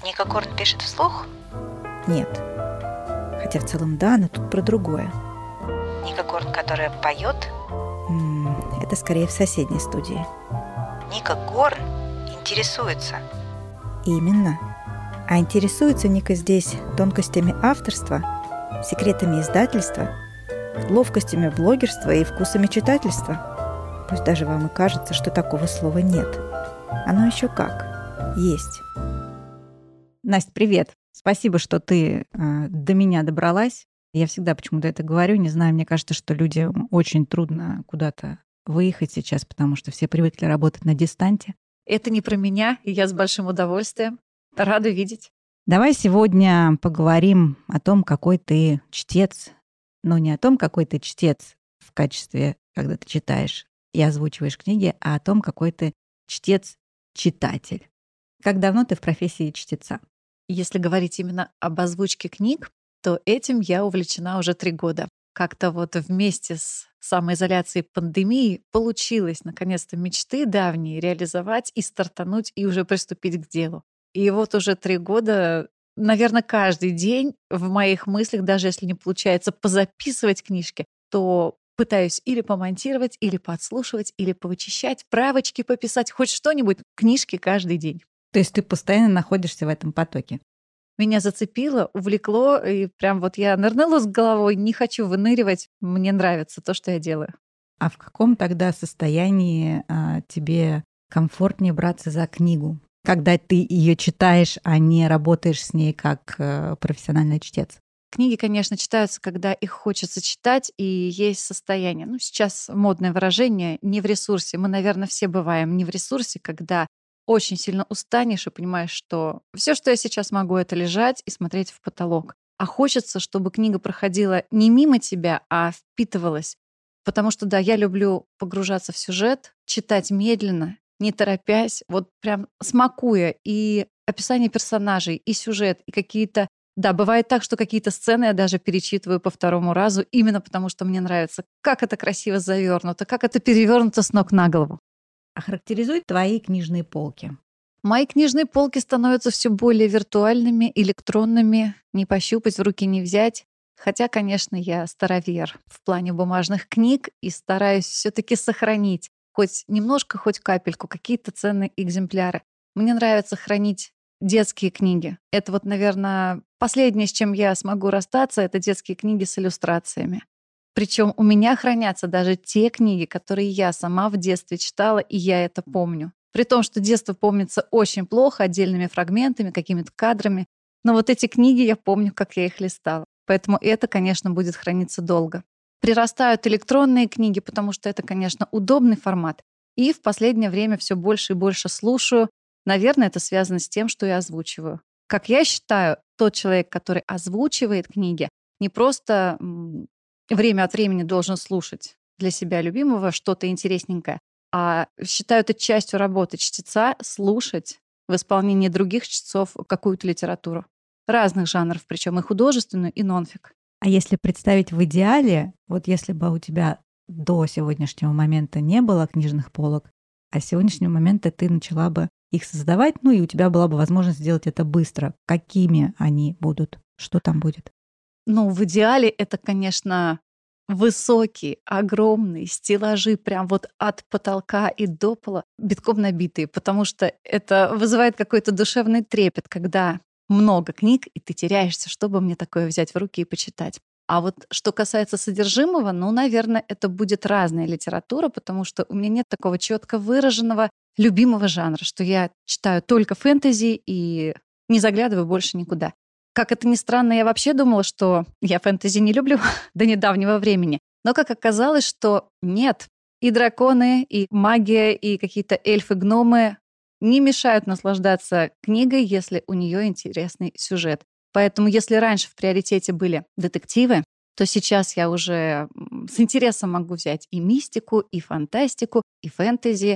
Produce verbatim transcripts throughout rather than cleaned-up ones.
Ника Горн пишет вслух? Нет. Хотя в целом да, но тут про другое. Ника Горн, которая поет? М, Это скорее в соседней студии. Ника Горн интересуется. Именно. А интересуется Ника здесь тонкостями авторства, секретами издательства, ловкостями блогерства и вкусами читательства. Пусть даже вам и кажется, что такого слова нет. Оно еще как. Есть. Настя, привет. Спасибо, что ты э, до меня добралась. Я всегда почему-то это говорю, не знаю, мне кажется, что людям очень трудно куда-то выехать сейчас, потому что все привыкли работать на дистанте. Это не про меня, и я с большим удовольствием. Рада видеть. Давай сегодня поговорим о том, какой ты чтец, но не о том, какой ты чтец в качестве, когда ты читаешь и озвучиваешь книги, а о том, какой ты чтец-читатель. Как давно ты в профессии чтеца? Если говорить именно об озвучке книг, то этим я увлечена уже три года. Как-то вот вместе с самоизоляцией пандемии получилось наконец-то мечты давние реализовать и стартануть, и уже приступить к делу. И вот уже три года, наверное, каждый день в моих мыслях, даже если не получается позаписывать книжки, то пытаюсь или помонтировать, или подслушивать, или повычищать, правочки пописать, хоть что-нибудь, книжки каждый день. То есть ты постоянно находишься в этом потоке? Меня зацепило, увлекло, и прям вот я нырнула с головой, не хочу выныривать, мне нравится то, что я делаю. А в каком тогда состоянии а, тебе комфортнее браться за книгу? Когда ты ее читаешь, а не работаешь с ней как э, профессиональный чтец? Книги, конечно, читаются, когда их хочется читать, и есть состояние. Ну, сейчас модное выражение «не в ресурсе». Мы, наверное, все бываем не в ресурсе, когда очень сильно устанешь и понимаешь, что все, что я сейчас могу, это лежать и смотреть в потолок. А хочется, чтобы книга проходила не мимо тебя, а впитывалась. Потому что, да, я люблю погружаться в сюжет, читать медленно, не торопясь, вот прям смакуя и описание персонажей, и сюжет, и какие-то... Да, бывает так, что какие-то сцены я даже перечитываю по второму разу, именно потому что мне нравится, как это красиво завернуто, как это перевернуто с ног на голову. Охарактеризуй твои книжные полки. Мои книжные полки становятся все более виртуальными, электронными, не пощупать, в руки не взять. Хотя, конечно, я старовер в плане бумажных книг и стараюсь все-таки сохранить хоть немножко, хоть капельку, какие-то ценные экземпляры. Мне нравится хранить детские книги. Это вот, наверное, последнее, с чем я смогу расстаться, это детские книги с иллюстрациями. Причем у меня хранятся даже те книги, которые я сама в детстве читала, и я это помню. При том, что детство помнится очень плохо, отдельными фрагментами, какими-то кадрами. Но вот эти книги я помню, как я их листала. Поэтому это, конечно, будет храниться долго. Прирастают электронные книги, потому что это, конечно, удобный формат. И в последнее время все больше и больше слушаю. Наверное, это связано с тем, что я озвучиваю. Как я считаю, тот человек, который озвучивает книги, не просто м, время от времени должен слушать для себя любимого что-то интересненькое, а считаю это частью работы чтеца слушать в исполнении других чтецов какую-то литературу. Разных жанров, причем и художественную, и нонфик. А если представить в идеале, вот если бы у тебя до сегодняшнего момента не было книжных полок, а с сегодняшнего момента ты начала бы их создавать, ну и у тебя была бы возможность сделать это быстро. Какими они будут? Что там будет? Ну, в идеале это, конечно, высокие, огромные стеллажи, прям вот от потолка и до пола, битком набитые, потому что это вызывает какой-то душевный трепет, когда много книг, и ты теряешься, чтобы мне такое взять в руки и почитать. А вот что касается содержимого, ну, наверное, это будет разная литература, потому что у меня нет такого четко выраженного любимого жанра, что я читаю только фэнтези и не заглядываю больше никуда. Как это ни странно, я вообще думала, что я фэнтези не люблю до недавнего времени. Но как оказалось, что нет. И драконы, и магия, и какие-то эльфы-гномы не мешают наслаждаться книгой, если у нее интересный сюжет. Поэтому если раньше в приоритете были детективы, то сейчас я уже с интересом могу взять и мистику, и фантастику, и фэнтези,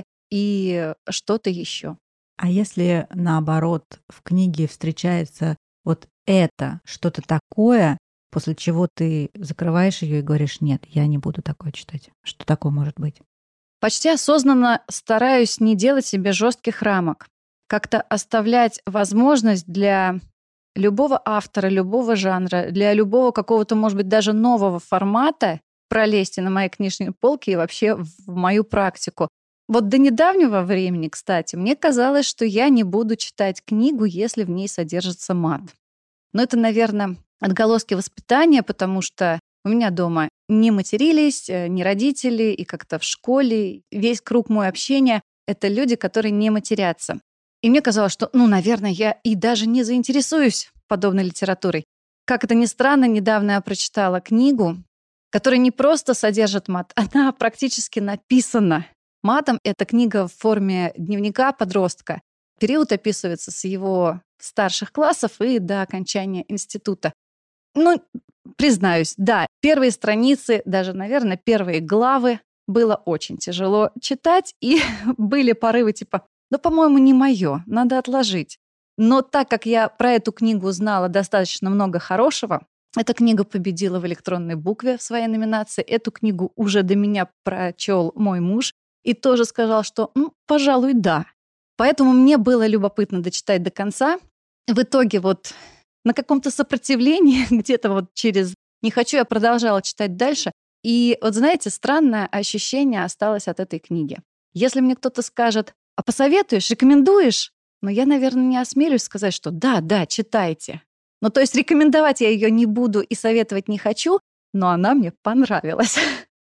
и что-то еще. А если наоборот в книге встречается вот это, что-то такое, после чего ты закрываешь ее и говоришь: нет, я не буду такое читать. Что такое может быть? Почти осознанно стараюсь не делать себе жестких рамок. как-то оставлять возможность для любого автора, любого жанра, для любого какого-то, может быть, даже нового формата пролезть и на мои книжные полки и вообще в мою практику. Вот до недавнего времени, кстати, мне казалось, что я не буду читать книгу, если в ней содержится мат. Но это, наверное, отголоски воспитания, потому что у меня дома не матерились, не родители, и как-то в школе весь круг мой общения — это люди, которые не матерятся. И мне казалось, что, ну, наверное, я и даже не заинтересуюсь подобной литературой. Как это ни странно, недавно я прочитала книгу, которая не просто содержит мат, она практически написана матом. Это книга в форме дневника подростка. Период описывается с его старших классов и до окончания института. Ну, признаюсь, да, первые страницы, даже, наверное, первые главы было очень тяжело читать, и были порывы типа: ну, по-моему, не мое, надо отложить. Но так как я про эту книгу знала достаточно много хорошего, эта книга победила в электронной букве в своей номинации. Эту книгу уже до меня прочел мой муж и тоже сказал, что, ну, пожалуй, да. Поэтому мне было любопытно дочитать до конца. В итоге вот на каком-то сопротивлении, где-то вот через «не хочу», я продолжала читать дальше. И вот, знаете, странное ощущение осталось от этой книги. Если мне кто-то скажет: а посоветуешь, рекомендуешь? Но я, наверное, не осмелюсь сказать, что да, да, читайте. Ну, то есть рекомендовать я ее не буду и советовать не хочу, но она мне понравилась.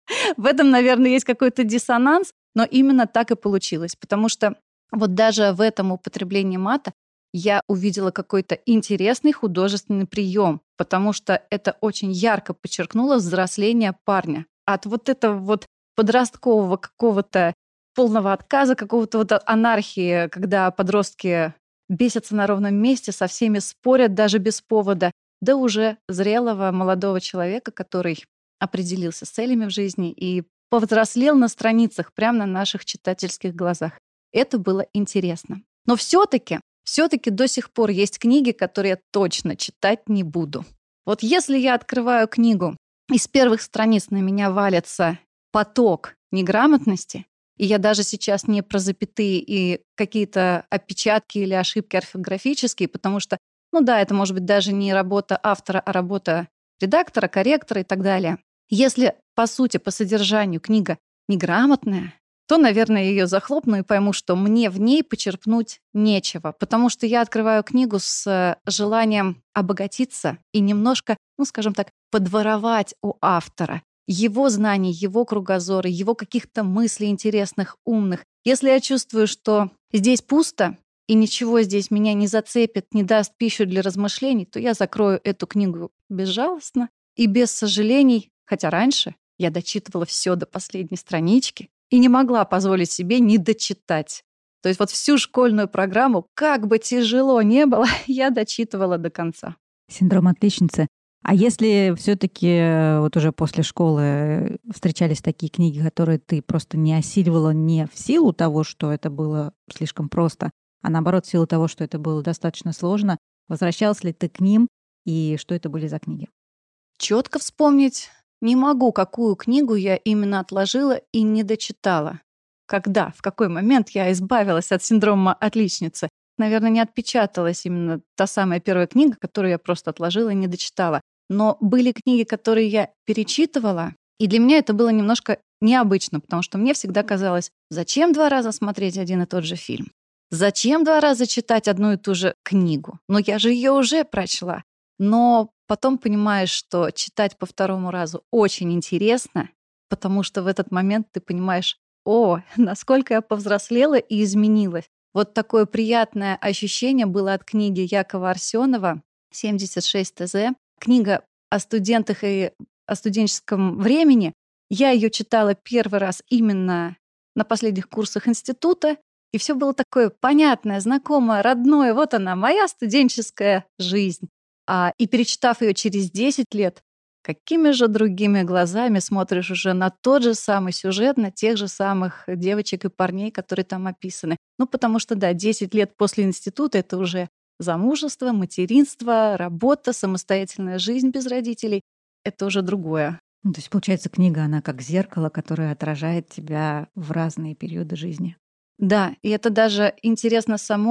В этом, наверное, есть какой-то диссонанс, но именно так и получилось. Потому что вот даже в этом употреблении мата я увидела какой-то интересный художественный прием, потому что это очень ярко подчеркнуло взросление парня. От вот этого вот подросткового какого-то полного отказа, какого-то вот анархии, когда подростки бесятся на ровном месте, со всеми спорят даже без повода, до уже зрелого молодого человека, который определился с целями в жизни и повзрослел на страницах прямо на наших читательских глазах. Это было интересно. Но все-таки, все-таки до сих пор есть книги, которые я точно читать не буду. Вот если я открываю книгу, и с первых страниц на меня валится поток неграмотности, и я даже сейчас не про запятые и какие-то опечатки или ошибки орфографические, потому что, ну да, это может быть даже не работа автора, а работа редактора, корректора и так далее. Если, по сути, по содержанию книга неграмотная, то, наверное, я ее захлопну и пойму, что мне в ней почерпнуть нечего, потому что я открываю книгу с желанием обогатиться и немножко, ну, скажем так, подворовать у автора его знаний, его кругозора, его каких-то мыслей интересных, умных. Если я чувствую, что здесь пусто, и ничего здесь меня не зацепит, не даст пищу для размышлений, то я закрою эту книгу безжалостно и без сожалений, хотя раньше я дочитывала все до последней странички и не могла позволить себе не дочитать. То есть вот всю школьную программу, как бы тяжело не было, я дочитывала до конца. Синдром отличницы. А если все-таки вот уже после школы встречались такие книги, которые ты просто не осиливала не в силу того, что это было слишком просто, а наоборот в силу того, что это было достаточно сложно, возвращалась ли ты к ним и что это были за книги? Четко вспомнить не могу, какую книгу я именно отложила и не дочитала. Когда, в какой момент я избавилась от синдрома отличницы? Наверное, не отпечаталась именно та самая первая книга, которую я просто отложила и не дочитала. Но были книги, которые я перечитывала, и для меня это было немножко необычно, потому что мне всегда казалось, зачем два раза смотреть один и тот же фильм? Зачем два раза читать одну и ту же книгу? Но я же ее уже прочла. Но потом понимаешь, что читать по второму разу очень интересно, потому что в этот момент ты понимаешь, о, насколько я повзрослела и изменилась. Вот такое приятное ощущение было от книги Якова Арсенова «семьдесят шесть тэ зэ». Книга о студентах и о студенческом времени. Я ее читала первый раз именно на последних курсах института, и все было такое понятное, знакомое, родное. Вот она, моя студенческая жизнь. А, и перечитав ее через десять лет, какими же другими глазами смотришь уже на тот же самый сюжет, на тех же самых девочек и парней, которые там описаны. Ну, потому что, да, десять лет после института — это уже замужество, материнство, работа, самостоятельная жизнь без родителей — это уже другое. Ну, то есть, получается, книга, она как зеркало, которое отражает тебя в разные периоды жизни. Да, и это даже интересно самой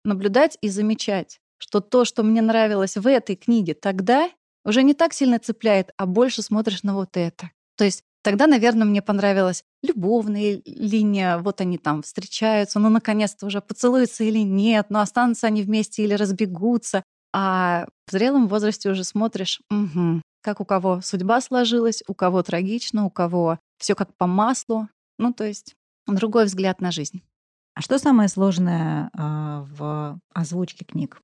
наблюдать и замечать, что то, что мне нравилось в этой книге тогда, уже не так сильно цепляет, а больше смотришь на вот это. То есть тогда, наверное, мне понравилась любовная линия, вот они там встречаются, ну, наконец-то уже поцелуются или нет, но останутся они вместе или разбегутся. А в зрелом возрасте уже смотришь, угу, как у кого судьба сложилась, у кого трагично, у кого все как по маслу. Ну, то есть другой взгляд на жизнь. А что самое сложное а, в озвучке книг?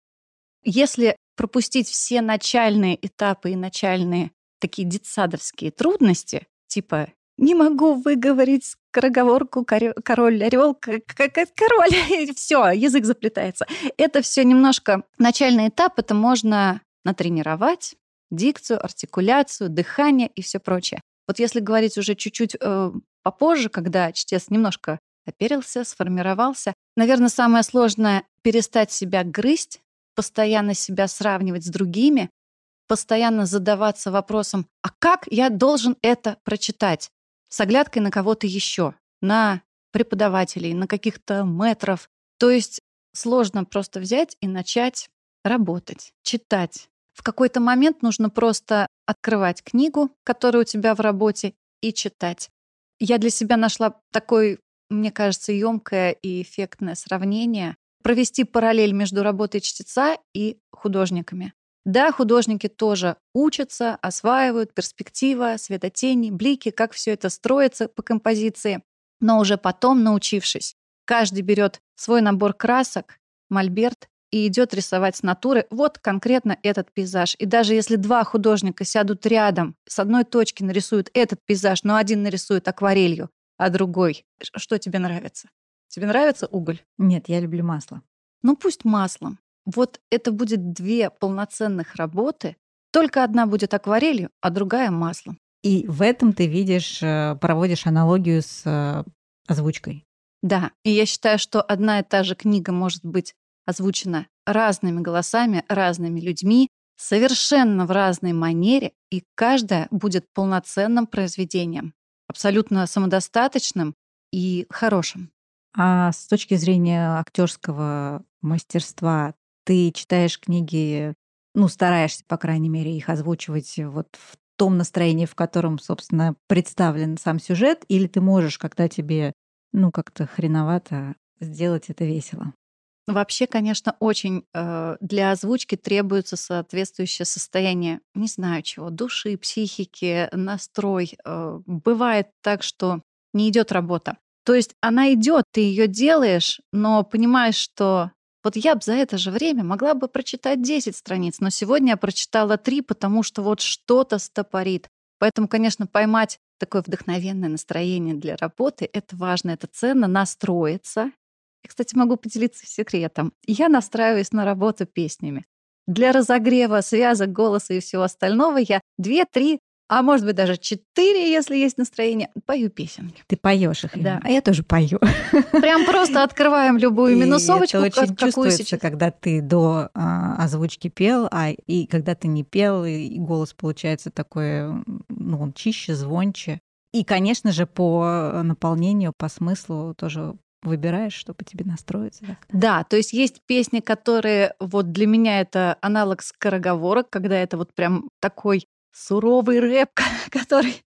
Если пропустить все начальные этапы и начальные такие детсадовские трудности, типа «не могу выговорить скороговорку король, орел, король», и все, язык заплетается. Это все немножко начальный этап, это можно натренировать, дикцию, артикуляцию, дыхание и все прочее. Вот если говорить уже чуть-чуть э, попозже, когда чтец немножко оперился, сформировался, наверное, самое сложное — перестать себя грызть, постоянно себя сравнивать с другими, постоянно задаваться вопросом, а как я должен это прочитать? С оглядкой на кого-то еще, на преподавателей, на каких-то мэтров. То есть сложно просто взять и начать работать, читать. В какой-то момент нужно просто открывать книгу, которая у тебя в работе, и читать. Я для себя нашла такое, мне кажется, ёмкое и эффектное сравнение. Провести параллель между работой чтеца и художниками. Да, художники тоже учатся, осваивают перспектива, светотени, блики, как все это строится по композиции. Но уже потом, научившись, каждый берет свой набор красок, мольберт и идет рисовать с натуры вот конкретно этот пейзаж. И даже если два художника сядут рядом, с одной точки нарисуют этот пейзаж, но один нарисует акварелью, а другой, что тебе нравится? Тебе нравится уголь? Нет, я люблю масло. Ну пусть маслом. Вот это будет две полноценных работы. Только одна будет акварелью, а другая маслом. И в этом ты видишь, проводишь аналогию с озвучкой. Да, и я считаю, что одна и та же книга может быть озвучена разными голосами, разными людьми, совершенно в разной манере, и каждая будет полноценным произведением, абсолютно самодостаточным и хорошим. А с точки зрения актерского мастерства, ты читаешь книги, ну, стараешься, по крайней мере, их озвучивать вот в том настроении, в котором, собственно, представлен сам сюжет, или ты можешь, когда тебе, ну, как-то хреновато, сделать это весело? Вообще, конечно, очень э, для озвучки требуется соответствующее состояние, не знаю чего, души, психики, настрой. Э, бывает так, что не идет работа. То есть она идет, ты ее делаешь, но понимаешь, что вот я бы за это же время могла бы прочитать десять страниц, но сегодня я прочитала три, потому что вот что-то стопорит. Поэтому, конечно, поймать такое вдохновенное настроение для работы — это важно, это ценно, настроиться. Я, кстати, могу поделиться секретом. Я настраиваюсь на работу песнями. Для разогрева связок, голоса и всего остального я две-три, а может быть даже четыре, если есть настроение, пою песенки. Ты поешь их, да. А я тоже пою. Прям просто открываем любую минусовочку, это очень как, какую чувствуется, сейчас. когда ты до а, озвучки пел, а и когда ты не пел, и, и голос получается такой, ну, он чище, звонче. И, конечно же, по наполнению, по смыслу тоже выбираешь, чтобы тебе настроиться. Так. Да, то есть есть песни, которые вот для меня это аналог скороговорок, когда это вот прям такой суровый рэп, который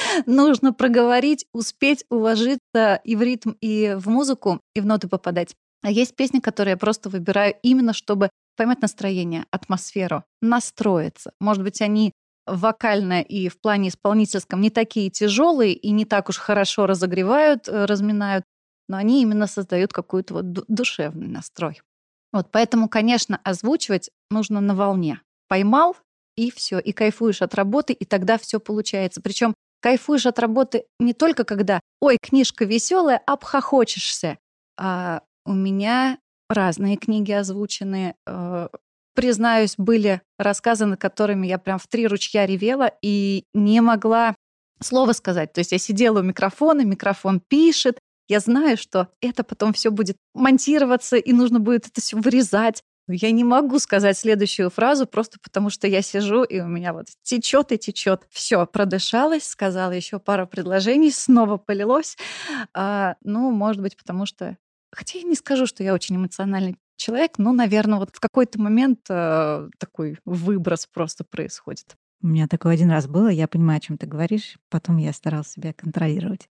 нужно проговорить, успеть уложиться и в ритм, и в музыку, и в ноты попадать. А есть песни, которые я просто выбираю именно, чтобы поймать настроение, атмосферу, настроиться. Может быть, они вокально и в плане исполнительском не такие тяжелые и не так уж хорошо разогревают, разминают, но они именно создают какой-то вот душевный настрой. Вот поэтому, конечно, озвучивать нужно на волне. Поймал, и все, и кайфуешь от работы, и тогда все получается. Причем кайфуешь от работы не только когда, ой, книжка веселая, обхохочешься. А у меня разные книги озвучены. Признаюсь, были рассказы, над которыми я прям в три ручья ревела и не могла слова сказать. То есть я сидела у микрофона, микрофон пишет, я знаю, что это потом все будет монтироваться, и нужно будет это все вырезать. Но я не могу сказать следующую фразу просто потому, что я сижу, и у меня вот течет и течет. Все, продышалась, сказала еще пару предложений, снова полилось. А, ну, может быть, потому что Хотя я не скажу, что я очень эмоциональный человек, но, наверное, вот в какой-то момент э, такой выброс просто происходит. У меня такое один раз было, я понимаю, о чем ты говоришь, потом я старалась себя контролировать.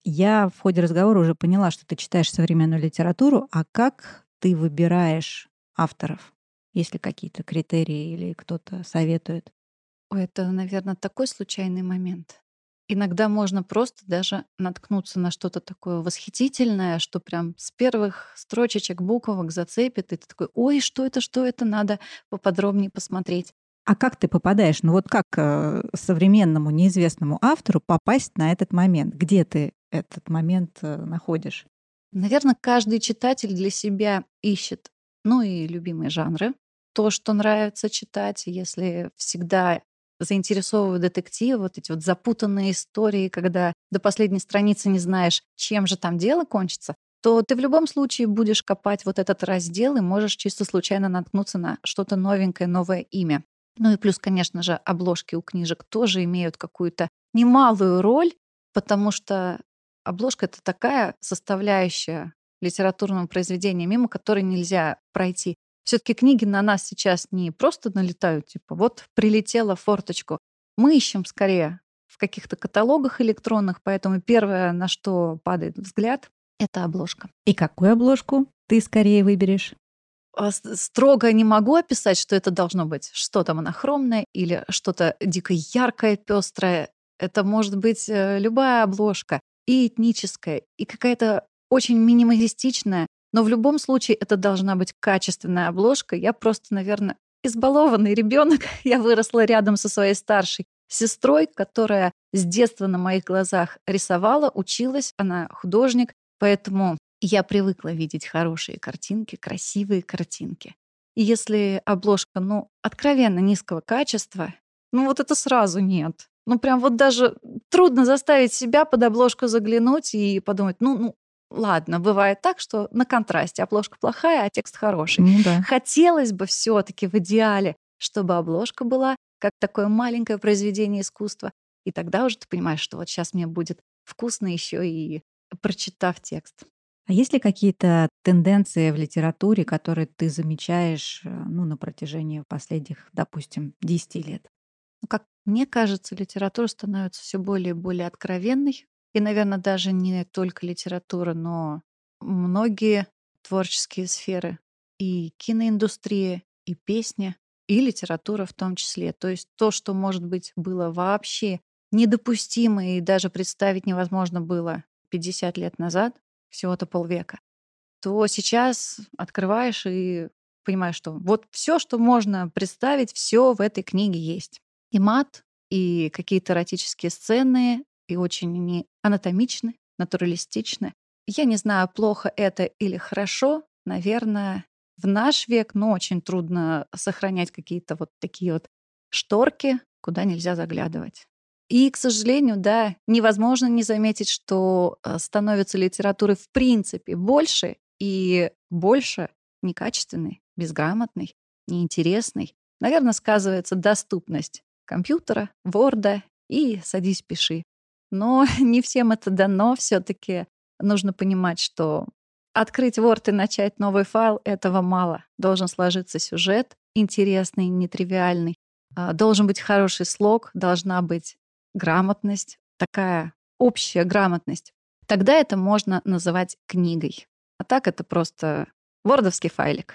Я в ходе разговора уже поняла, что ты читаешь современную литературу, а как ты выбираешь авторов? Есть ли какие-то критерии или кто-то советует? Ой, это, наверное, такой случайный момент. Иногда можно просто даже наткнуться на что-то такое восхитительное, что прям с первых строчечек буквок зацепит, и ты такой: ой, что это, что это, надо поподробнее посмотреть. А как ты попадаешь? Ну вот как э, современному неизвестному автору попасть на этот момент? Где ты этот момент э, находишь? Наверное, каждый читатель для себя ищет, ну и любимые жанры, то, что нравится читать. Если всегда заинтересовывают детективы, вот эти вот запутанные истории, когда до последней страницы не знаешь, чем же там дело кончится, то ты в любом случае будешь копать вот этот раздел и можешь чисто случайно наткнуться на что-то новенькое, новое имя. Ну и плюс, конечно же, обложки у книжек тоже имеют какую-то немалую роль, потому что обложка — это такая составляющая литературного произведения, мимо которой нельзя пройти. Все-таки книги на нас сейчас не просто налетают, типа вот прилетела в форточку. Мы ищем скорее в каких-то каталогах электронных, поэтому первое, на что падает взгляд, это обложка. И какую обложку ты скорее выберешь? А с- Строго не могу описать, что это должно быть что-то монохромное или что-то дико яркое, пестрое. Это может быть э, любая обложка, и этническая, и какая-то очень минималистичная, но в любом случае это должна быть качественная обложка. Я просто, наверное, избалованный ребенок. Я выросла рядом со своей старшей сестрой, которая с детства на моих глазах рисовала, училась. Она художник, поэтому я привыкла видеть хорошие картинки, красивые картинки. И если обложка, ну, откровенно низкого качества, ну вот это сразу нет. Ну прям вот даже трудно заставить себя под обложку заглянуть и подумать, ну, ну, ладно, бывает так, что на контрасте обложка плохая, а текст хороший. Ну да. Хотелось бы все-таки в идеале, чтобы обложка была как такое маленькое произведение искусства. И тогда уже ты понимаешь, что вот сейчас мне будет вкусно еще и прочитав текст. А есть ли какие-то тенденции в литературе, которые ты замечаешь, э, ну, на протяжении последних, допустим, десяти лет? Ну, как мне кажется, литература становится все более и более откровенной. И, наверное, даже не только литература, но многие творческие сферы. И киноиндустрия, и песня, и литература в том числе. То есть то, что, может быть, было вообще недопустимо и даже представить невозможно было пятьдесят лет назад, всего-то полвека, то сейчас открываешь и понимаешь, что вот все, что можно представить, все в этой книге есть. И мат, и какие-то эротические сцены, и очень они анатомичны, натуралистичны. Я не знаю, плохо это или хорошо. Наверное, в наш век, ну, очень трудно сохранять какие-то вот такие вот шторки, куда нельзя заглядывать. И, к сожалению, да, невозможно не заметить, что э, становится литературы в принципе больше, и больше некачественной, безграмотной, неинтересной. Наверное, сказывается доступность компьютера, ворда и садись, пиши. Но не всем это дано. Все-таки нужно понимать, что открыть Word и начать новый файл — этого мало. Должен сложиться сюжет интересный, нетривиальный. А, Должен быть хороший слог, должна быть грамотность, такая общая грамотность. Тогда это можно называть книгой. А так это просто вордовский файлик.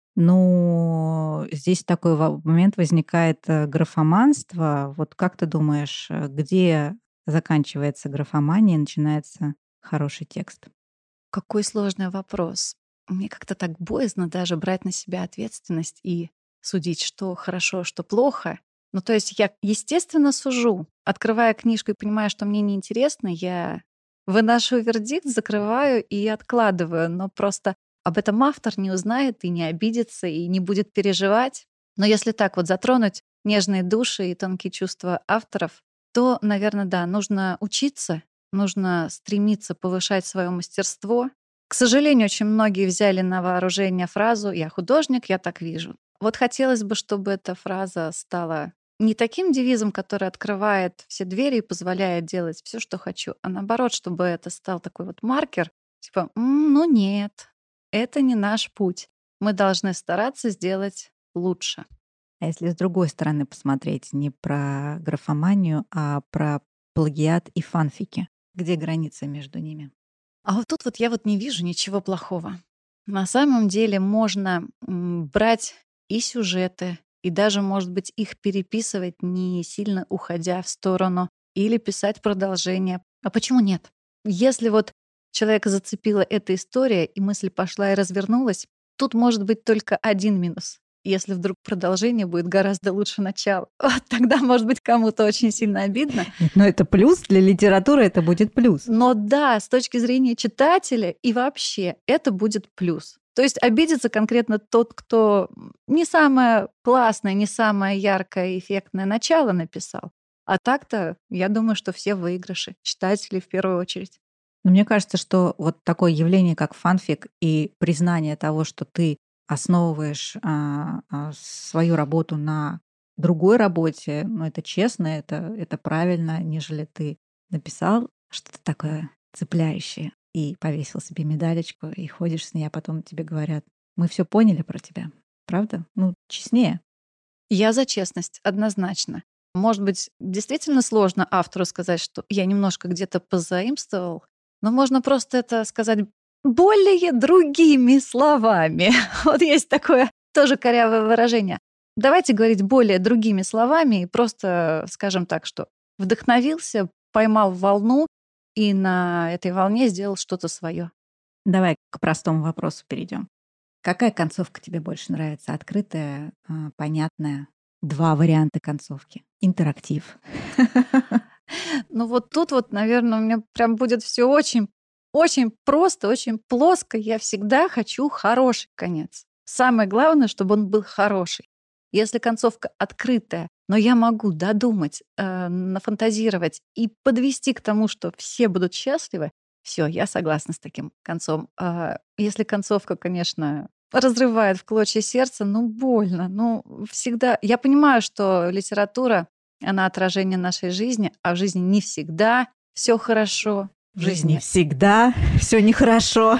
Ну, здесь такой во- момент возникает э, графоманство. Вот как ты думаешь, э, где заканчивается графомания и начинается хороший текст? Какой сложный вопрос. Мне как-то так боязно даже брать на себя ответственность и судить, что хорошо, что плохо. Ну, то есть я, естественно, сужу. Открывая книжку и понимая, что мне неинтересно, я выношу вердикт, закрываю и откладываю. Но просто об этом автор не узнает и не обидится, и не будет переживать. Но если так вот затронуть нежные души и тонкие чувства авторов, то, наверное, да, нужно учиться, нужно стремиться повышать свое мастерство. К сожалению, очень многие взяли на вооружение фразу «я художник, я так вижу». Вот хотелось бы, чтобы эта фраза стала не таким девизом, который открывает все двери и позволяет делать все, что хочу, а наоборот, чтобы это стал такой вот маркер, типа «М, ну нет, Это не наш путь. Мы должны стараться сделать лучше. А если с другой стороны посмотреть, не про графоманию, а про плагиат и фанфики? Где граница между ними? А вот тут вот я вот не вижу ничего плохого. На самом деле можно м, брать и сюжеты, и даже, может быть, их переписывать, не сильно уходя в сторону, или писать продолжение. А почему нет? Если вот человека зацепила эта история, и мысль пошла и развернулась, тут может быть только один минус. Если вдруг продолжение будет гораздо лучше начала, вот тогда, может быть, кому-то очень сильно обидно. Нет, но это плюс, для литературы это будет плюс. Но да, с точки зрения читателя и вообще это будет плюс. То есть обидится конкретно тот, кто не самое классное, не самое яркое, эффектное начало написал. А так-то, я думаю, что все в выигрыше. Читатели в первую очередь. Но мне кажется, что вот такое явление, как фанфик, и признание того, что ты основываешь а, а, свою работу на другой работе, ну, это честно, это, это правильно, нежели ты написал что-то такое цепляющее и повесил себе медалечку, и ходишь с ней, а потом тебе говорят, мы все поняли про тебя. Правда? Ну, честнее. Я за честность, однозначно. Может быть, действительно сложно автору сказать, что я немножко где-то позаимствовал, но можно просто это сказать более другими словами. Вот есть такое тоже корявое выражение. Давайте говорить более другими словами и просто скажем так, что вдохновился, поймал волну и на этой волне сделал что-то свое. Давай к простому вопросу перейдем. Какая концовка тебе больше нравится? Открытая, а, понятная? Два варианта концовки. Интерактив. Ну вот тут вот, наверное, у меня прям будет все очень, очень просто, очень плоско. Я всегда хочу хороший конец. Самое главное, чтобы он был хороший. Если концовка открытая, но я могу додумать, э, нафантазировать и подвести к тому, что все будут счастливы, все, я согласна с таким концом. А если концовка, конечно, разрывает в клочья сердце, ну больно, ну всегда. Я понимаю, что литература она отражение нашей жизни, а в жизни не всегда все хорошо. В жизни всегда все нехорошо.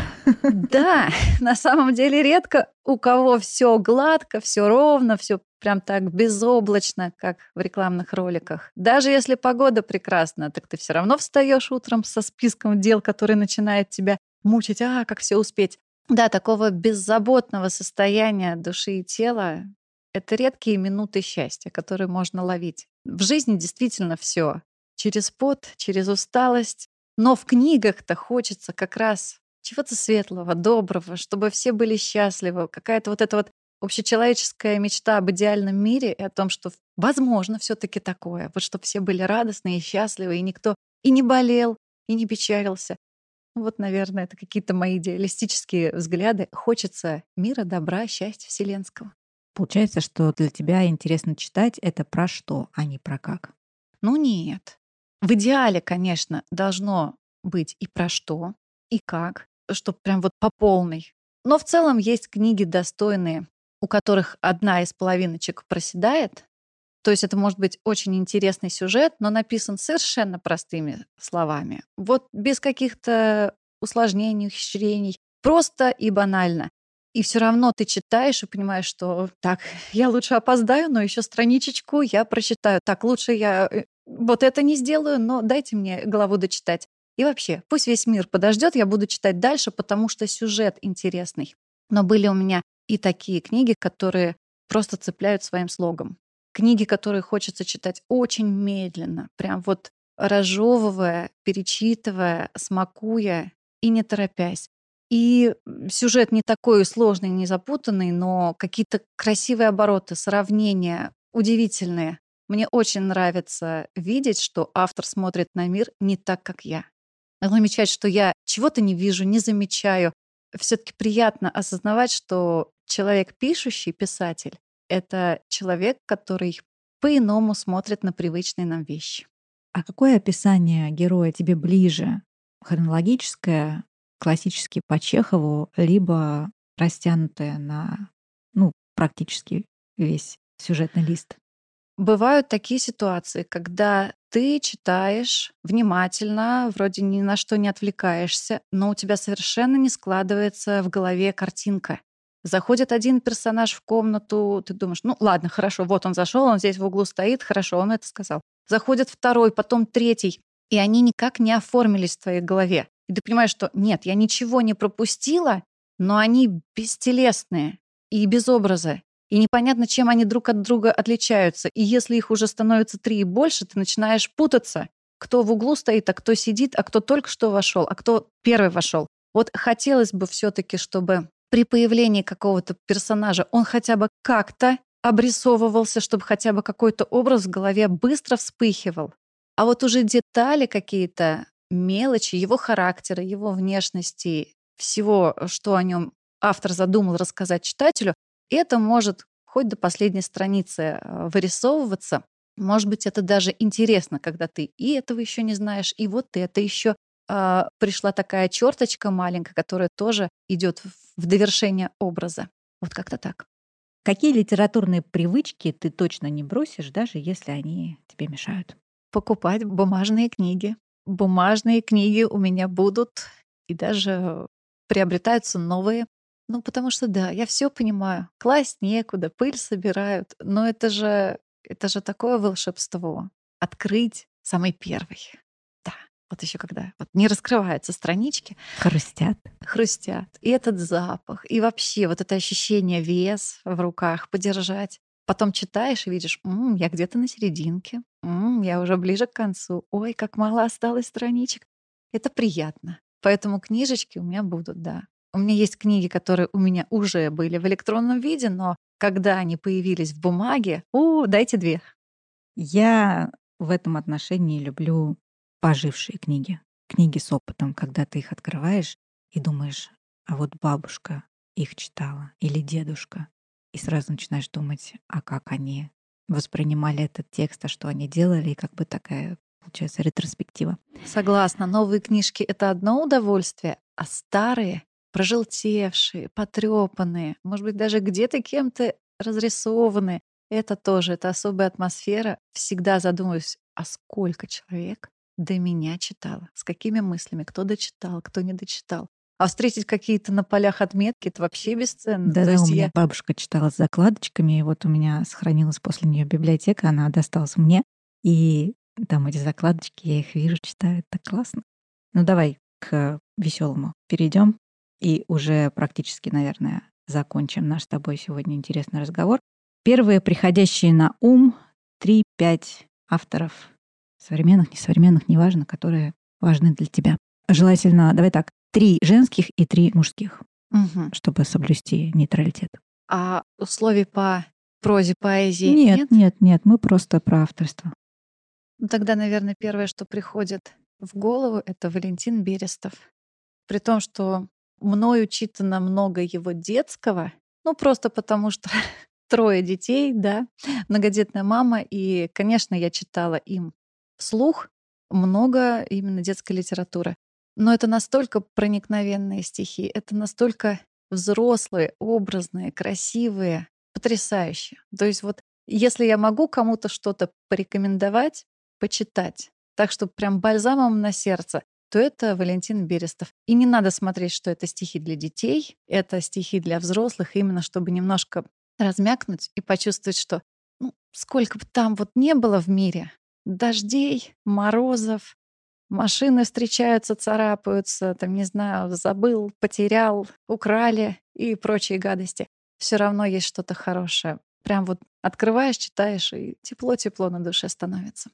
Да, на самом деле редко у кого все гладко, все ровно, все прям так безоблачно, как в рекламных роликах. Даже если погода прекрасна, так ты все равно встаешь утром со списком дел, который начинает тебя мучить, а как все успеть. Да, такого беззаботного состояния души и тела это редкие минуты счастья, которые можно ловить. В жизни действительно все через пот, через усталость. Но в книгах-то хочется как раз чего-то светлого, доброго, чтобы все были счастливы. Какая-то вот эта вот общечеловеческая мечта об идеальном мире и о том, что возможно все таки такое. Вот чтобы все были радостны и счастливы, и никто и не болел, и не печалился. Ну вот, наверное, это какие-то мои идеалистические взгляды. Хочется мира, добра, счастья вселенского. Получается, что для тебя интересно читать это про что, а не про как. Ну нет. В идеале, конечно, должно быть и про что, и как, чтобы прям вот по полной. Но в целом есть книги достойные, у которых одна из половиночек проседает. То есть это может быть очень интересный сюжет, но написан совершенно простыми словами. Вот без каких-то усложнений, ухищрений. Просто и банально. И все равно ты читаешь и понимаешь, что так, я лучше опоздаю, но еще страничечку я прочитаю. Так, лучше я э, вот это не сделаю, но дайте мне главу дочитать. И вообще, пусть весь мир подождет, я буду читать дальше, потому что сюжет интересный. Но были у меня и такие книги, которые просто цепляют своим слогом. Книги, которые хочется читать очень медленно, прям вот разжевывая, перечитывая, смакуя и не торопясь. И сюжет не такой сложный, не запутанный, но какие-то красивые обороты, сравнения удивительные. Мне очень нравится видеть, что автор смотрит на мир не так, как я. Замечать, что я чего-то не вижу, не замечаю. Все-таки приятно осознавать, что человек пишущий, писатель, это человек, который по-иному смотрит на привычные нам вещи. А какое описание героя тебе ближе? Хронологическое, классически по Чехову, либо растянутое на, ну, практически весь сюжетный лист? Бывают такие ситуации, когда Ты читаешь внимательно, вроде ни на что не отвлекаешься, но у тебя совершенно не складывается в голове картинка. Заходит один персонаж в комнату, ты думаешь, ну ладно, хорошо, вот он зашел, он здесь в углу стоит, хорошо, он это сказал. Заходит второй, потом третий, и они никак не оформились в твоей голове. И ты понимаешь, что нет, я ничего не пропустила, но они бестелесные и без образа. И непонятно, чем они друг от друга отличаются. И если их уже становится три и больше, ты начинаешь путаться. Кто в углу стоит, а кто сидит, а кто только что вошел, а кто первый вошел. Вот хотелось бы все-таки, чтобы при появлении какого-то персонажа он хотя бы как-то обрисовывался, чтобы хотя бы какой-то образ в голове быстро вспыхивал. А вот уже детали какие-то, мелочи, его характера, его внешности, всего, что о нем автор задумал рассказать читателю, это может хоть до последней страницы э, вырисовываться. Может быть, это даже интересно, когда ты и этого еще не знаешь, и вот это еще э, пришла такая черточка маленькая, которая тоже идет в в довершение образа. Вот как-то так. Какие литературные привычки ты точно не бросишь, даже если они тебе мешают? Покупать бумажные книги. Бумажные книги у меня будут, и даже приобретаются новые. Ну, потому что да, я все понимаю. Класть некуда, пыль собирают. Но это же, это же такое волшебство. Открыть самый первый. Да, вот еще когда вот не раскрываются странички, Хрустят. хрустят. И этот запах, и вообще вот это ощущение вес в руках подержать. Потом читаешь и видишь, «М, я где-то на серединке, М, я уже ближе к концу. Ой, как мало осталось страничек». Это приятно. Поэтому книжечки у меня будут, да. У меня есть книги, которые у меня уже были в электронном виде, но когда они появились в бумаге, у, дайте две. Я в этом отношении люблю пожившие книги. Книги с опытом, когда ты их открываешь и думаешь, а вот бабушка их читала или дедушка. И сразу начинаешь думать, а как они воспринимали этот текст, а что они делали, и как бы такая, получается, ретроспектива. Согласна, новые книжки — это одно удовольствие, а старые, прожелтевшие, потрепанные, может быть, даже где-то кем-то разрисованные, это тоже, это особая атмосфера. Всегда задумываюсь, а сколько человек до меня читало, с какими мыслями, кто дочитал, кто не дочитал. А встретить какие-то на полях отметки — это вообще бесценно. То Да-да, у есть меня я... бабушка читала с закладочками, и вот у меня сохранилась после нее библиотека, она досталась мне, и там эти закладочки, я их вижу, читаю, так классно. Ну давай к веселому перейдем и уже практически, наверное, закончим наш с тобой сегодня интересный разговор. Первые приходящие на ум три-пять авторов, современных, несовременных, неважно, которые важны для тебя. Желательно, давай так, три женских и три мужских, Мгм. чтобы соблюсти нейтралитет. А условий по прозе, поэзии Нет, нет? нет, нет, мы просто про авторство. Ну, тогда, наверное, первое, что приходит в голову, это Валентин Берестов. При том, что мною читано много его детского, ну, просто потому что трое детей, да, многодетная мама, и, конечно, я читала им вслух много именно детской литературы. Но это настолько проникновенные стихи, это настолько взрослые, образные, красивые, потрясающие. То есть вот если я могу кому-то что-то порекомендовать, почитать, так что прям бальзамом на сердце, то это Валентин Берестов. И не надо смотреть, что это стихи для детей, это стихи для взрослых, именно чтобы немножко размякнуть и почувствовать, что ну, сколько бы там вот не было в мире, дождей, морозов, машины встречаются, царапаются, там, не знаю, забыл, потерял, украли и прочие гадости. Все равно есть что-то хорошее. Прям вот открываешь, читаешь, и тепло-тепло на душе становится.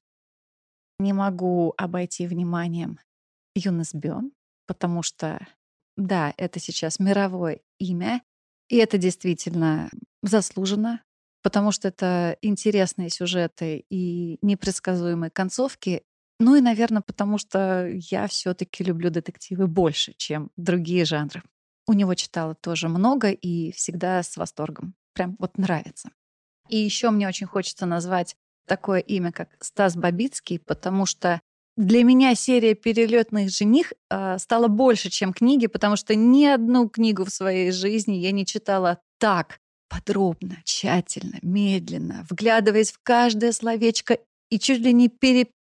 Не могу обойти вниманием Юнес Бён, потому что, да, это сейчас мировое имя, и это действительно заслуженно, потому что это интересные сюжеты и непредсказуемые концовки. Ну и, наверное, потому что я все-таки люблю детективы больше, чем другие жанры. У него читала тоже много и всегда с восторгом. Прям вот нравится. И еще мне очень хочется назвать такое имя, как Стас Бабицкий, потому что для меня серия «Перелетных жених» э, стала больше, чем книги, потому что ни одну книгу в своей жизни я не читала так подробно, тщательно, медленно, вглядываясь в каждое словечко и чуть ли не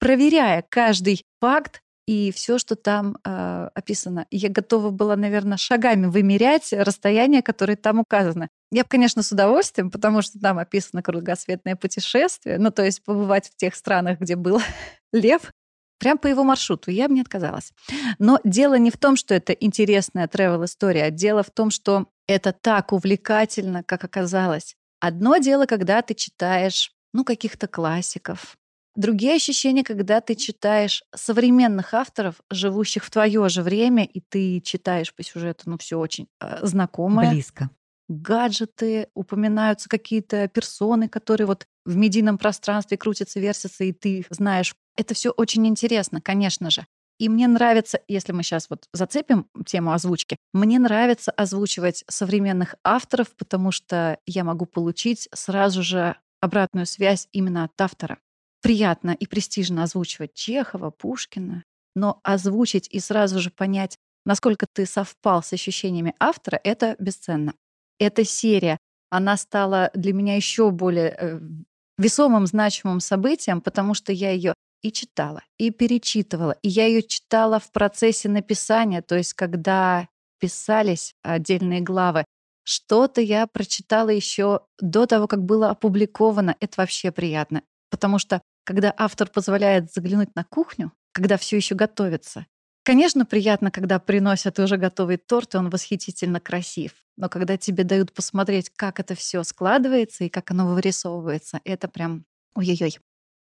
проверяя каждый факт и все, что там э, описано. И я готова была, наверное, шагами вымерять расстояние, которое там указано. Я бы, конечно, с удовольствием, потому что там описано кругосветное путешествие, ну, то есть побывать в тех странах, где был лев, прям по его маршруту, я бы не отказалась. Но дело не в том, что это интересная travel-история, а дело в том, что это так увлекательно, как оказалось. Одно дело, когда ты читаешь, ну, каких-то классиков. Другие ощущения, когда ты читаешь современных авторов, живущих в твое же время, и ты читаешь по сюжету, ну, все очень э, знакомое. Близко. Гаджеты, упоминаются какие-то персоны, которые вот в медийном пространстве крутятся, вертятся, и ты знаешь. Это все очень интересно, конечно же. И мне нравится, если мы сейчас вот зацепим тему озвучки, мне нравится озвучивать современных авторов, потому что я могу получить сразу же обратную связь именно от автора. Приятно и престижно озвучивать Чехова, Пушкина, но озвучить и сразу же понять, насколько ты совпал с ощущениями автора, это бесценно. Эта серия, она стала для меня еще более э, весомым, значимым событием, потому что я ее и читала, и перечитывала, и я ее читала в процессе написания, то есть когда писались отдельные главы. Что-то я прочитала еще до того, как было опубликовано. Это вообще приятно, потому что когда автор позволяет заглянуть на кухню, когда все еще готовится. Конечно, приятно, когда приносят уже готовый торт, и он восхитительно красив. Но когда тебе дают посмотреть, как это все складывается и как оно вырисовывается, это прям ой-ой-ой.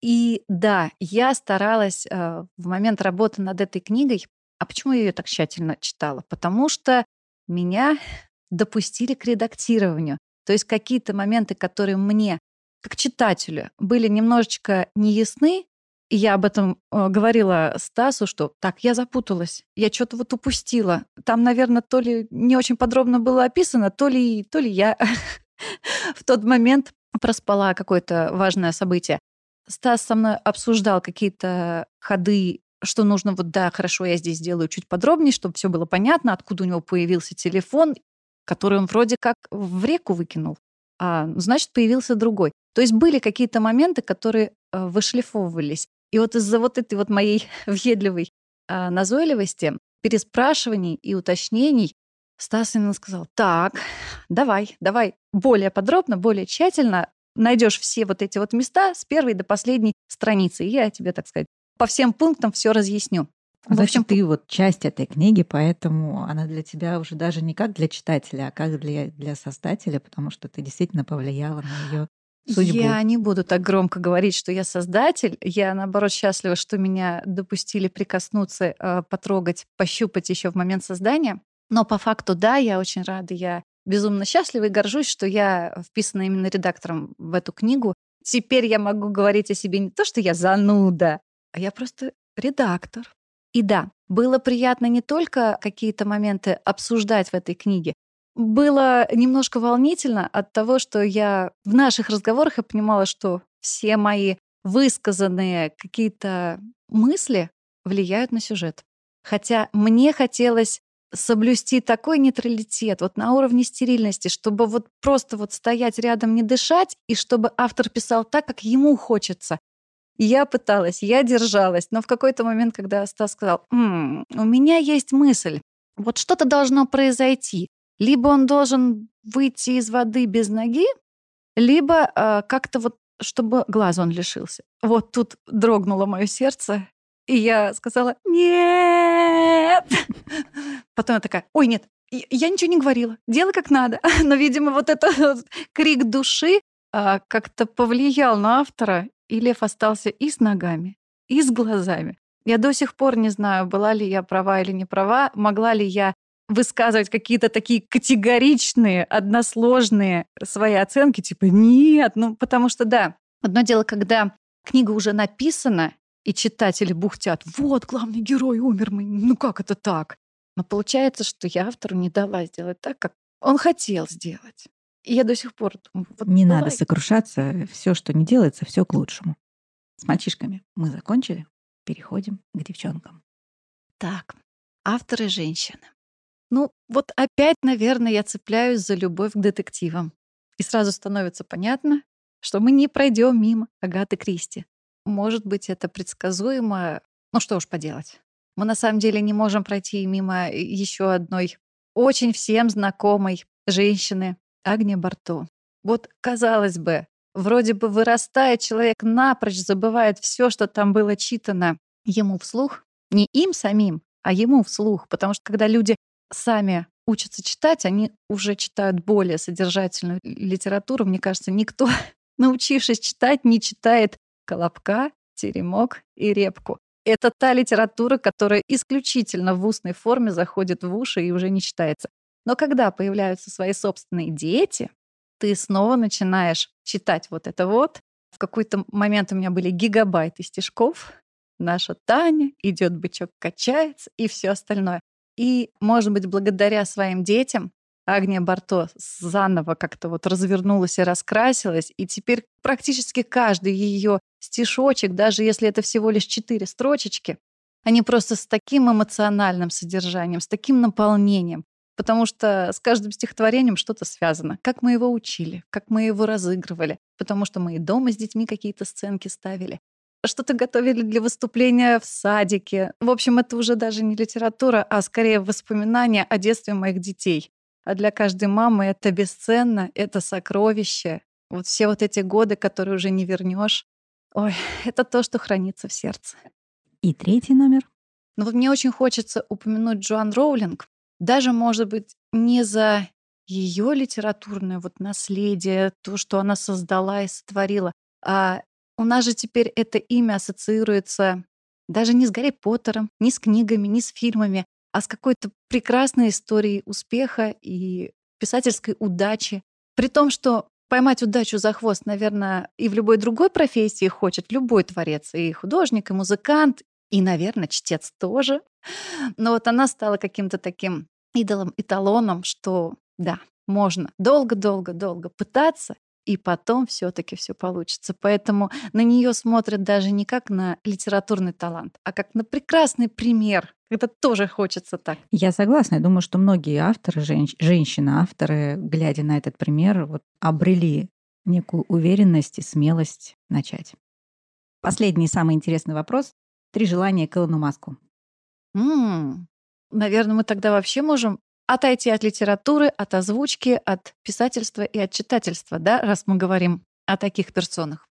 И да, я старалась э, в момент работы над этой книгой. А почему я ее так тщательно читала? Потому что меня допустили к редактированию. То есть какие-то моменты, которые мне как читателю были немножечко неясны, и я об этом э, говорила Стасу, что так, я запуталась, я что-то вот упустила. Там, наверное, то ли не очень подробно было описано, то ли, то ли я в тот момент проспала какое-то важное событие. Стас со мной обсуждал какие-то ходы, что нужно вот, да, хорошо, я здесь сделаю чуть подробнее, чтобы все было понятно, откуда у него появился телефон, который он вроде как в реку выкинул, а значит, появился другой. То есть были какие-то моменты, которые э, вышлифовывались. И вот из-за вот этой вот моей въедливой э, назойливости, переспрашиваний и уточнений Стас именно сказал: так, давай, давай более подробно, более тщательно найдешь все вот эти вот места с первой до последней страницы. И я тебе, так сказать, по всем пунктам все разъясню. В Значит, общем, ты вот часть этой книги, поэтому она для тебя уже даже не как для читателя, а как для, для создателя, потому что ты действительно повлияла на ее судьбу. я не буду так громко говорить, что я создатель. Я, наоборот, счастлива, что меня допустили прикоснуться, э, потрогать, пощупать еще в момент создания. Но по факту, да, я очень рада. Я безумно счастлива и горжусь, что я вписана именно редактором в эту книгу. Теперь я могу говорить о себе не то, что я зануда, а я просто редактор. И да, было приятно не только какие-то моменты обсуждать в этой книге. Было немножко волнительно от того, что я в наших разговорах я понимала, что все мои высказанные какие-то мысли влияют на сюжет. Хотя мне хотелось соблюсти такой нейтралитет, вот на уровне стерильности, чтобы вот просто вот стоять рядом, не дышать, и чтобы автор писал так, как ему хочется. И я пыталась, я держалась, но в какой-то момент, когда Стас сказал: «М, у меня есть мысль, вот что-то должно произойти. Либо он должен выйти из воды без ноги, либо э, как-то вот, чтобы глаза он лишился». Вот тут дрогнуло мое сердце, и я сказала: «Нет!» Потом я такая: «Ой, нет, я я ничего не говорила, делай как надо». Но, видимо, вот этот вот крик души а, как-то повлиял на автора, и лев остался и с ногами, и с глазами. Я до сих пор не знаю, была ли я права или не права, могла ли я высказывать какие-то такие категоричные, односложные свои оценки, типа «нет», ну потому что, да, одно дело, когда книга уже написана, и читатели бухтят: «Вот, главный герой умер, мы, ну как это так?» Но получается, что я автору не дала сделать так, как он хотел сделать. И я до сих пор думаю: вот Не была... надо сокрушаться, все, что не делается, все к лучшему. С мальчишками мы закончили, переходим к девчонкам. Так, авторы женщины. Ну, вот опять, наверное, я цепляюсь за любовь к детективам. И сразу становится понятно, что мы не пройдем мимо Агаты Кристи. может быть, это предсказуемо. Ну что уж поделать. Мы на самом деле не можем пройти мимо еще одной очень всем знакомой женщины Агния Барто. Вот, казалось бы, вроде бы вырастает человек, напрочь забывает все, что там было читано ему вслух. Не им самим, а ему вслух. Потому что когда люди сами учатся читать, они уже читают более содержательную литературу. Мне кажется, никто, научившись читать, не читает «Колобка», «Теремок» и «Репку». Это та литература, которая исключительно в устной форме заходит в уши и уже не читается. Но когда появляются свои собственные дети, ты снова начинаешь читать вот это вот. В какой-то момент у меня были гигабайты стишков. Наша Таня, идет бычок, качается и все остальное. И, может быть, благодаря своим детям Агния Барто заново как-то вот развернулась и раскрасилась, и теперь практически каждый ее стишочек, даже если это всего лишь четыре строчечки, они просто с таким эмоциональным содержанием, с таким наполнением, потому что с каждым стихотворением что-то связано. Как мы его учили, как мы его разыгрывали, потому что мы и дома с детьми какие-то сценки ставили, что-то готовили для выступления в садике. В общем, это уже даже не литература, а скорее воспоминания о детстве моих детей. А для каждой мамы это бесценно, это сокровище. Вот все вот эти годы, которые уже не вернешь, ой, это то, что хранится в сердце. И третий номер. Но вот мне очень хочется упомянуть Джоан Роулинг, даже, может быть, не за ее литературное вот наследие, то, что она создала и сотворила, а у нас же теперь это имя ассоциируется даже не с Гарри Поттером, не с книгами, не с фильмами, а с какой-то прекрасной историей успеха и писательской удачи. При том, что поймать удачу за хвост, наверное, и в любой другой профессии хочет любой творец, и художник, и музыкант, и, наверное, чтец тоже. Но вот она стала каким-то таким идолом, эталоном, что да, можно долго-долго-долго пытаться, и потом все-таки все получится. Поэтому на нее смотрят даже не как на литературный талант, а как на прекрасный пример. Это тоже хочется так. Я согласна. Я думаю, что многие авторы, женщ- женщины-авторы, глядя на этот пример, вот, обрели некую уверенность и смелость начать. Последний самый интересный вопрос. Три желания к Илону Маску. М, Наверное, мы тогда вообще можем отойти от литературы, от озвучки, от писательства и от читательства, да, раз мы говорим о таких персонах.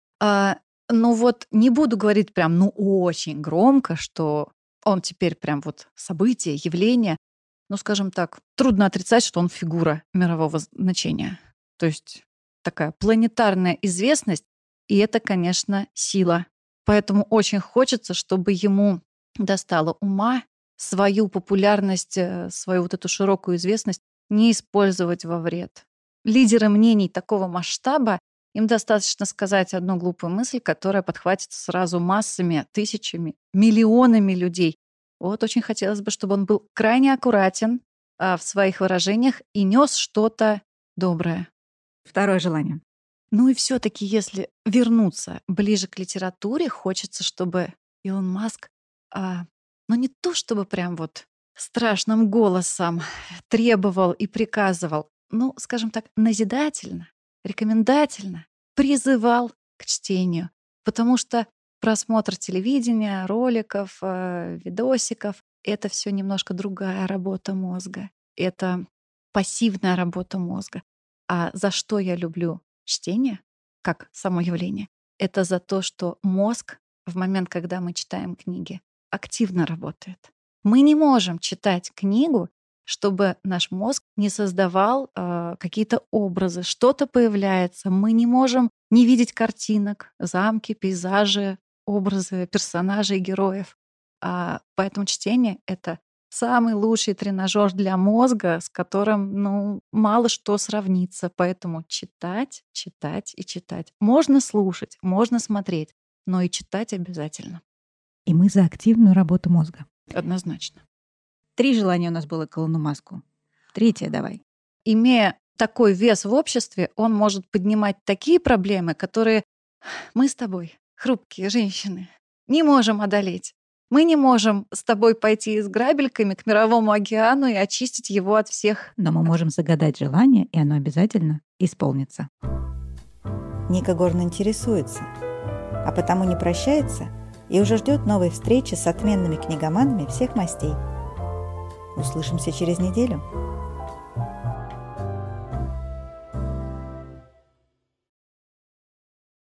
А, ну вот не буду говорить прям, ну, очень громко, что он теперь прям вот событие, явление. Ну, скажем так, трудно отрицать, что он фигура мирового значения. То есть такая планетарная известность, и это, конечно, сила. Поэтому очень хочется, чтобы ему достало ума свою популярность, э, свою вот эту широкую известность не использовать во вред. Лидеры мнений такого масштаба, им достаточно сказать одну глупую мысль, которая подхватится сразу массами, тысячами, миллионами людей. Вот очень хотелось бы, чтобы он был крайне аккуратен а, в своих выражениях и нес что-то доброе. Второе желание. Ну и все-таки, если вернуться ближе к литературе, хочется, чтобы Илон Маск, а, ну не то чтобы прям вот страшным голосом требовал и приказывал, ну, скажем так, назидательно, рекомендательно призывал к чтению. Потому что просмотр телевидения, роликов, э, видосиков — это все немножко другая работа мозга. Это пассивная работа мозга. А за что я люблю чтение, как само явление? Это за то, что мозг в момент, когда мы читаем книги, активно работает. Мы не можем читать книгу, чтобы наш мозг не создавал э, какие-то образы, что-то появляется. Мы не можем не видеть картинок, замки, пейзажи, образы персонажей, героев. А, поэтому чтение — это самый лучший тренажер для мозга, с которым, ну, мало что сравнится. Поэтому читать, читать и читать. Можно слушать, можно смотреть, но и читать обязательно. И мы за активную работу мозга. Однозначно. Три желания у нас было к Илону Маску. Третье давай. Имея такой вес в обществе, он может поднимать такие проблемы, которые мы с тобой, хрупкие женщины, не можем одолеть. Мы не можем с тобой пойти с грабельками к мировому океану и очистить его от всех. Но мы можем загадать желание, и оно обязательно исполнится. Ника Горн интересуется. а потому не прощается и уже ждет новой встречи с отменными книгоманами всех мастей. Услышимся через неделю.